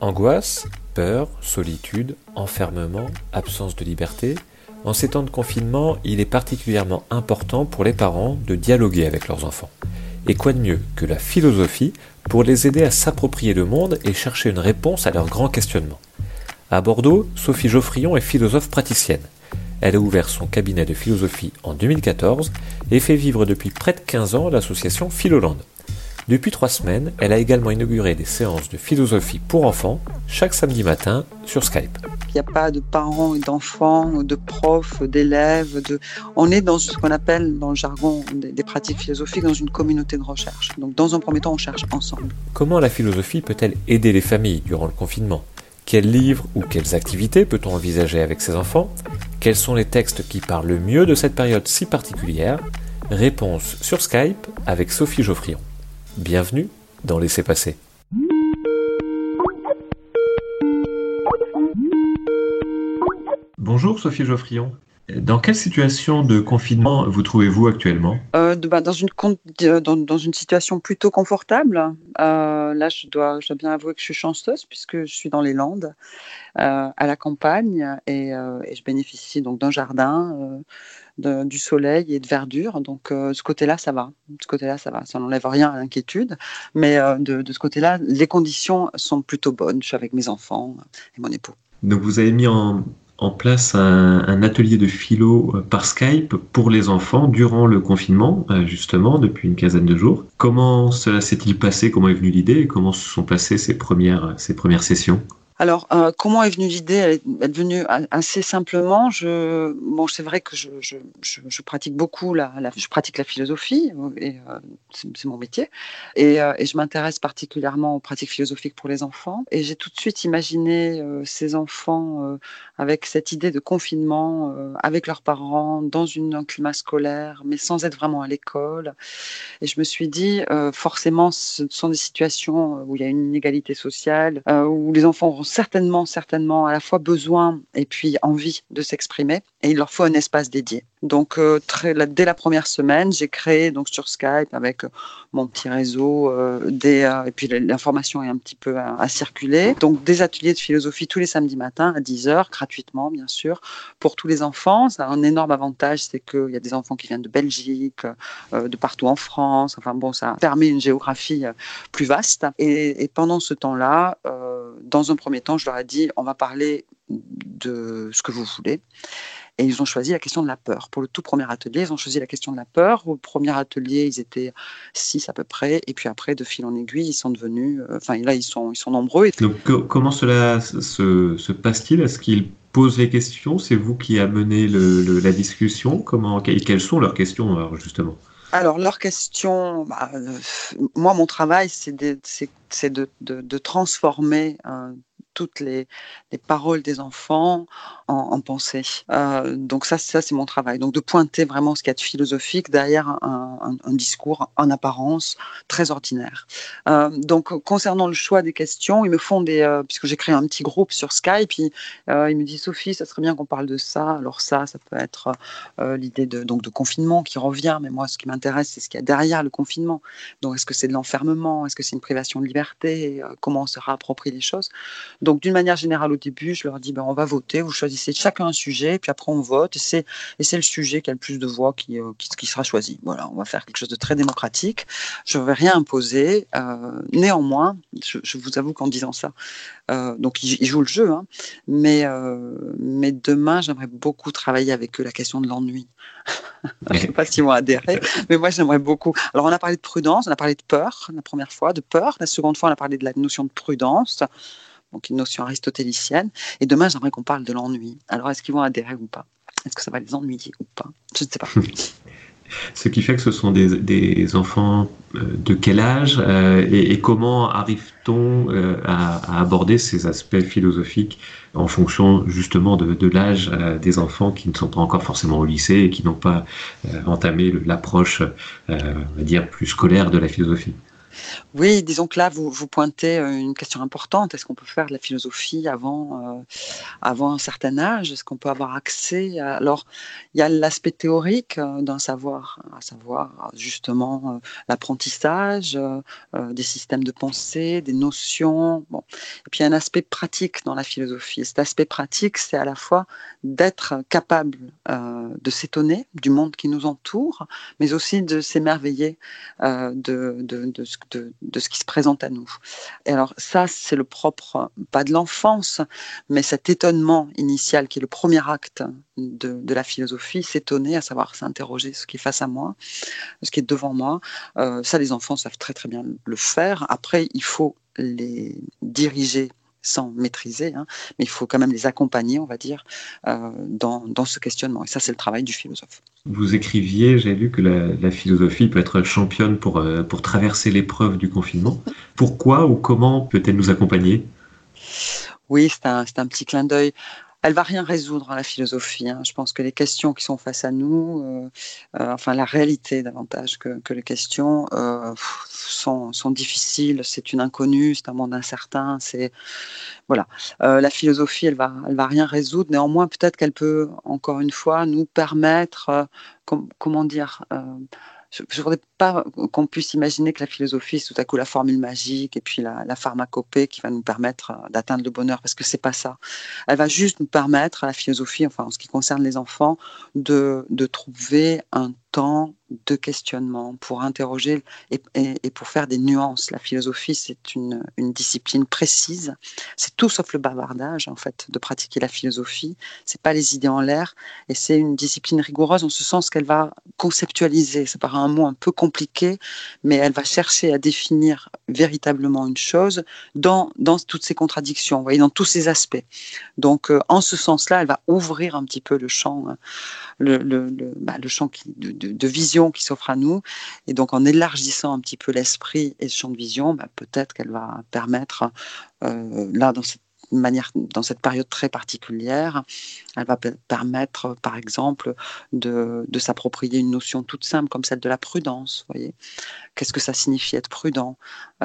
Angoisse, peur, solitude, enfermement, absence de liberté. En ces temps de confinement, il est particulièrement important pour les parents de dialoguer avec leurs enfants. Et quoi de mieux que la philosophie pour les aider à s'approprier le monde et chercher une réponse à leurs grands questionnements. À Bordeaux, Sophie Geoffrion est philosophe praticienne. Elle a ouvert son cabinet de philosophie en 2014 et fait vivre depuis près de 15 ans l'association Philoland. Depuis 3 semaines, elle a également inauguré des séances de philosophie pour enfants chaque samedi matin sur Skype. Il n'y a pas de parents et d'enfants, de profs, d'élèves. On est dans ce qu'on appelle, dans le jargon des pratiques philosophiques, dans une communauté de recherche. Donc dans un premier temps, on cherche ensemble. Comment la philosophie peut-elle aider les familles durant le confinement ? Quels livres ou quelles activités peut-on envisager avec ses enfants ? Quels sont les textes qui parlent le mieux de cette période si particulière ? Réponse sur Skype avec Sophie Geoffrion. Bienvenue dans Laissez passer. Bonjour Sophie Geoffrion. Dans quelle situation de confinement vous trouvez-vous actuellement ? Dans une situation plutôt confortable. Là, je dois bien avouer que je suis chanceuse puisque je suis dans les Landes, à la campagne, et je bénéficie donc d'un jardin, du soleil et de verdure. Donc, ce côté-là, ça va. Ça n'enlève rien à l'inquiétude. Mais de ce côté-là, les conditions sont plutôt bonnes. Je suis avec mes enfants et mon époux. Donc, vous avez mis en place un atelier de philo par Skype pour les enfants durant le confinement, justement, depuis une quinzaine de jours. Comment cela s'est-il passé ? Comment est venue l'idée et comment se sont passées ces premières sessions ? Alors, comment est venue l'idée ? Elle est venue assez simplement. C'est vrai que je pratique beaucoup je pratique la philosophie, et c'est mon métier, et je m'intéresse particulièrement aux pratiques philosophiques pour les enfants. Et j'ai tout de suite imaginé ces enfants avec cette idée de confinement, avec leurs parents, dans un climat scolaire, mais sans être vraiment à l'école. Et je me suis dit, forcément, ce sont des situations où il y a une inégalité sociale, où les enfants auront certainement à la fois besoin et puis envie de s'exprimer, et il leur faut un espace dédié. Donc, dès la première semaine, j'ai créé donc sur Skype avec mon petit réseau, et puis l'information est un petit peu à circuler. Donc, des ateliers de philosophie tous les samedis matins à 10h, gratuitement bien sûr, pour tous les enfants. Ça a un énorme avantage, c'est qu'il y a des enfants qui viennent de Belgique, de partout en France. Enfin bon, ça permet une géographie plus vaste. Et pendant ce temps-là, dans un premier temps, je leur ai dit, on va parler de ce que vous voulez. Et ils ont choisi la question de la peur. Pour le tout premier atelier, ils ont choisi la question de la peur. Au premier atelier, ils étaient 6 à peu près. Et puis après, de fil en aiguille, ils sont devenus... là, ils sont nombreux. Donc, comment cela se passe-t-il ? Est-ce qu'ils posent les questions ? C'est vous qui amenez la discussion ? Quelles sont leurs questions, alors, justement ? Alors, leurs questions... moi, mon travail, c'est de transformer... toutes les paroles des enfants en pensée. Donc ça, c'est mon travail. Donc de pointer vraiment ce qu'il y a de philosophique derrière un discours en apparence très ordinaire. Donc concernant le choix des questions, ils me font puisque j'ai créé un petit groupe sur Skype, puis ils me disent, Sophie, ça serait bien qu'on parle de ça. Alors ça peut être l'idée de confinement qui revient, mais moi ce qui m'intéresse, c'est ce qu'il y a derrière le confinement. Donc est-ce que c'est de l'enfermement ? Est-ce que c'est une privation de liberté ? Comment on se réapproprie les choses ? Donc, d'une manière générale, au début, je leur dis, on va voter, vous choisissez chacun un sujet, puis après on vote, et c'est le sujet qui a le plus de voix qui sera choisi. Voilà, on va faire quelque chose de très démocratique. Je ne vais rien imposer. Néanmoins, je vous avoue qu'en disant ça, donc ils jouent le jeu, hein, mais demain, j'aimerais beaucoup travailler avec eux la question de l'ennui. Je ne sais pas s'ils vont adhérer, mais moi, j'aimerais beaucoup. Alors, on a parlé de prudence, on a parlé de peur, la première fois, de peur. La seconde fois, on a parlé de la notion de prudence. Donc une notion aristotélicienne. Et demain, j'aimerais qu'on parle de l'ennui. Alors, est-ce qu'ils vont adhérer ou pas ? Est-ce que ça va les ennuyer ou pas ? Je ne sais pas. Ce qui fait que ce sont des enfants de quel âge et comment arrive-t-on à aborder ces aspects philosophiques en fonction justement de l'âge des enfants qui ne sont pas encore forcément au lycée et qui n'ont pas entamé l'approche, on va dire, plus scolaire de la philosophie ? Oui, disons que là, vous pointez une question importante. Est-ce qu'on peut faire de la philosophie avant un certain âge? Est-ce qu'on peut avoir accès Alors, il y a l'aspect théorique d'un savoir, à savoir justement l'apprentissage, des systèmes de pensée, des notions. Bon. Et puis, il y a un aspect pratique dans la philosophie. Et cet aspect pratique, c'est à la fois d'être capable de s'étonner du monde qui nous entoure, mais aussi de s'émerveiller de ce qui se présente à nous. Et alors ça, c'est le propre, pas de l'enfance, mais cet étonnement initial qui est le premier acte de la philosophie, s'étonner, à savoir s'interroger ce qui est face à moi, ce qui est devant moi. Ça, les enfants savent très très bien le faire. Après, il faut les diriger sans maîtriser, hein, mais il faut quand même les accompagner, on va dire, dans ce questionnement. Et ça, c'est le travail du philosophe. Vous écriviez, j'ai lu que la philosophie peut être championne pour traverser l'épreuve du confinement. Pourquoi ou comment peut-elle nous accompagner? Oui, c'est un petit clin d'œil. Elle va rien résoudre à la philosophie, hein. Je pense que les questions qui sont face à nous, enfin la réalité davantage que les questions, sont difficiles. C'est une inconnue, c'est un monde incertain. C'est voilà. La philosophie, elle va rien résoudre. Néanmoins, peut-être qu'elle peut encore une fois nous permettre, comment dire. Je ne voudrais pas qu'on puisse imaginer que la philosophie, c'est tout à coup la formule magique et puis la pharmacopée qui va nous permettre d'atteindre le bonheur, parce que c'est pas ça. Elle va juste nous permettre, à la philosophie, enfin en ce qui concerne les enfants, de trouver un temps de questionnement pour interroger et pour faire des nuances. La philosophie, c'est une discipline précise. C'est tout sauf le bavardage, en fait, de pratiquer la philosophie. C'est pas les idées en l'air, et c'est une discipline rigoureuse en ce sens qu'elle va conceptualiser. Ça paraît un mot un peu compliqué, mais elle va chercher à définir véritablement une chose dans toutes ses contradictions, vous voyez, dans tous ses aspects. Donc, en ce sens-là, elle va ouvrir un petit peu le champ, hein, le champ de vision qui s'offre à nous. Et donc, en élargissant un petit peu l'esprit et ce champ de vision, peut-être qu'elle va permettre, là, dans cette période très particulière, elle va permettre, par exemple, de s'approprier une notion toute simple comme celle de la prudence. Vous voyez, qu'est-ce que ça signifie être prudent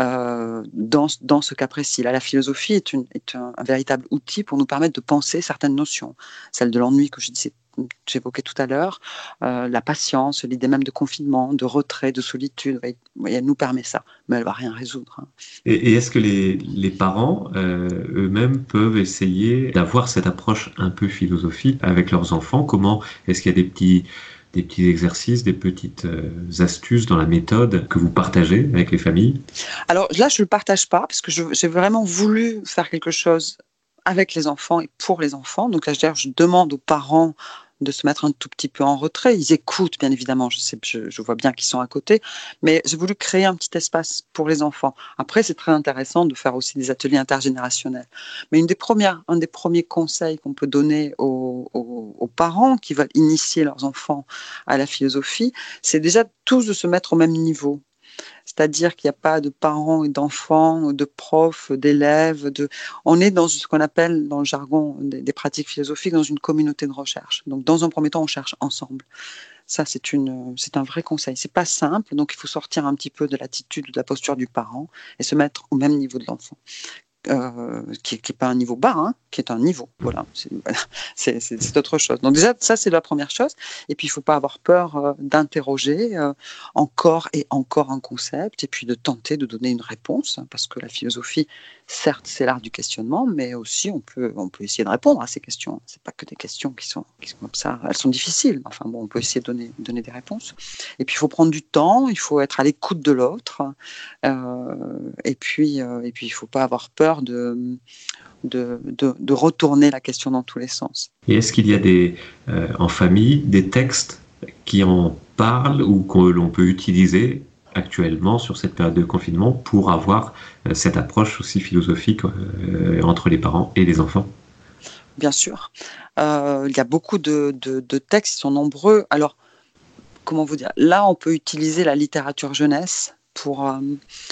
dans ce cas précis? Là, la philosophie est un véritable outil pour nous permettre de penser certaines notions. Celle de l'ennui que j'évoquais tout à l'heure, la patience, l'idée même de confinement, de retrait, de solitude. Oui, elle nous permet ça, mais elle ne va rien résoudre, hein. Et est-ce que les parents eux-mêmes peuvent essayer d'avoir cette approche un peu philosophique avec leurs enfants? Comment est-ce qu'il y a des petits exercices, des petites astuces dans la méthode que vous partagez avec les familles? Alors là, je ne le partage pas parce que j'ai vraiment voulu faire quelque chose avec les enfants et pour les enfants. Donc là, je demande aux parents de se mettre un tout petit peu en retrait. Ils écoutent, bien évidemment, je vois bien qu'ils sont à côté, mais j'ai voulu créer un petit espace pour les enfants. Après, c'est très intéressant de faire aussi des ateliers intergénérationnels. Mais un des premiers conseils qu'on peut donner aux parents qui veulent initier leurs enfants à la philosophie, c'est déjà tous de se mettre au même niveau. C'est-à-dire qu'il n'y a pas de parents et d'enfants, de profs, d'élèves. On est dans ce qu'on appelle, dans le jargon des pratiques philosophiques, dans une communauté de recherche. Donc, dans un premier temps, on cherche ensemble. Ça, c'est un vrai conseil. C'est pas simple, donc il faut sortir un petit peu de l'attitude ou de la posture du parent et se mettre au même niveau de l'enfant. Qui est pas un niveau bas, hein, qui est un niveau. Voilà, c'est autre chose. Donc déjà, ça c'est la première chose. Et puis il faut pas avoir peur d'interroger encore et encore un concept, et puis de tenter de donner une réponse, hein, parce que la philosophie, certes, c'est l'art du questionnement, mais aussi on peut essayer de répondre à ces questions. C'est pas que des questions qui sont comme ça. Elles sont difficiles. Enfin bon, on peut essayer de donner des réponses. Et puis il faut prendre du temps. Il faut être à l'écoute de l'autre. Et puis il faut pas avoir peur de retourner la question dans tous les sens. Et est-ce qu'il y a en famille des textes qui en parlent ou que l'on peut utiliser actuellement sur cette période de confinement pour avoir cette approche aussi philosophique entre les parents et les enfants? Bien sûr. Il y a beaucoup de textes, ils sont nombreux. Alors, comment vous dire? Là, on peut utiliser la littérature jeunesse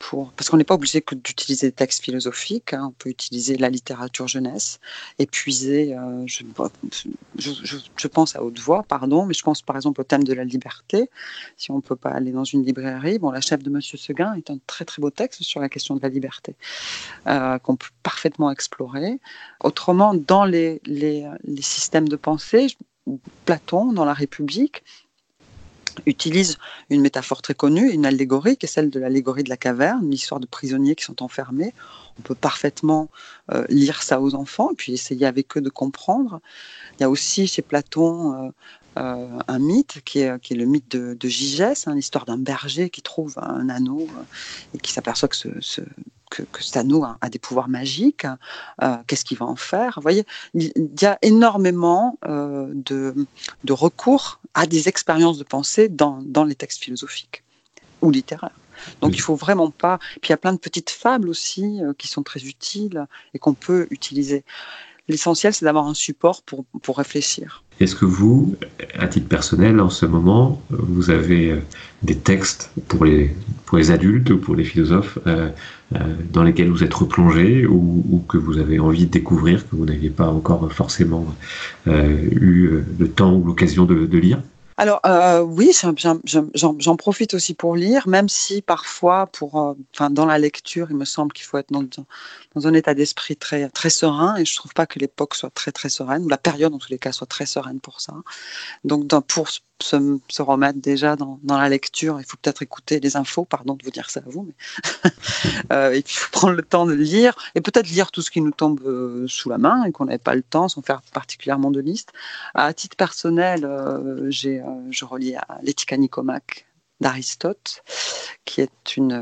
parce qu'on n'est pas obligé que d'utiliser des textes philosophiques, hein. On peut utiliser la littérature jeunesse et puiser, je pense à haute voix, pardon, mais je pense par exemple au thème de la liberté. Si on ne peut pas aller dans une librairie, La chèvre de Monsieur Seguin est un très très beau texte sur la question de la liberté, qu'on peut parfaitement explorer. Autrement, dans les systèmes de pensée, Platon, dans la République, utilise une métaphore très connue, une allégorie, qui est celle de l'allégorie de la caverne, l'histoire de prisonniers qui sont enfermés. On peut parfaitement lire ça aux enfants et puis essayer avec eux de comprendre. Il y a aussi chez Platon un mythe qui est le mythe de Gygès, l'histoire d'un berger qui trouve un anneau et qui s'aperçoit que cet anneau a des pouvoirs magiques. Qu'est-ce qu'il va en faire ? Vous voyez, il y a énormément de recours à des expériences de pensée dans les textes philosophiques ou littéraires. Donc il faut vraiment pas... Puis il y a plein de petites fables aussi qui sont très utiles et qu'on peut utiliser. L'essentiel, c'est d'avoir un support pour réfléchir. Est-ce que vous, à titre personnel, en ce moment, vous avez des textes pour les adultes ou pour les philosophes dans lesquels vous êtes replongé ou que vous avez envie de découvrir, que vous n'aviez pas encore forcément eu le temps ou l'occasion de lire ? Alors oui, j'en profite aussi pour lire, même si parfois, dans la lecture, il me semble qu'il faut être dans un état d'esprit très, très serein, et je trouve pas que l'époque soit très, très sereine, ou la période en tous les cas soit très sereine pour ça. Donc pour se remettre déjà dans la lecture, il faut peut-être écouter les infos, pardon de vous dire ça à vous, mais et puis il faut prendre le temps de lire, et peut-être lire tout ce qui nous tombe sous la main, et qu'on n'avait pas le temps, sans faire particulièrement de liste. À titre personnel, je relis à l'Éthique Nicomachie d'Aristote, qui est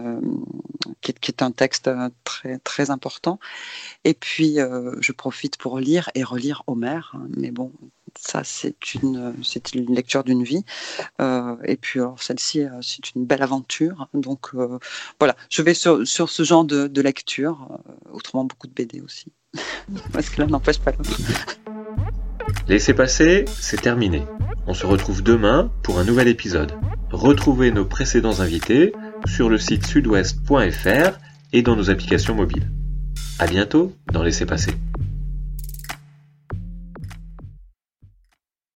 un texte très, très important. Et puis, je profite pour lire et relire Homère, mais bon, ça, c'est une lecture d'une vie. Et puis, alors, celle-ci, c'est une belle aventure. Donc, voilà, je vais sur ce genre de lecture. Autrement, beaucoup de BD aussi. Parce que là, n'empêche pas l'autre. Laissez passer, c'est terminé. On se retrouve demain pour un nouvel épisode. Retrouvez nos précédents invités sur le site sudouest.fr et dans nos applications mobiles. À bientôt dans Laissez passer.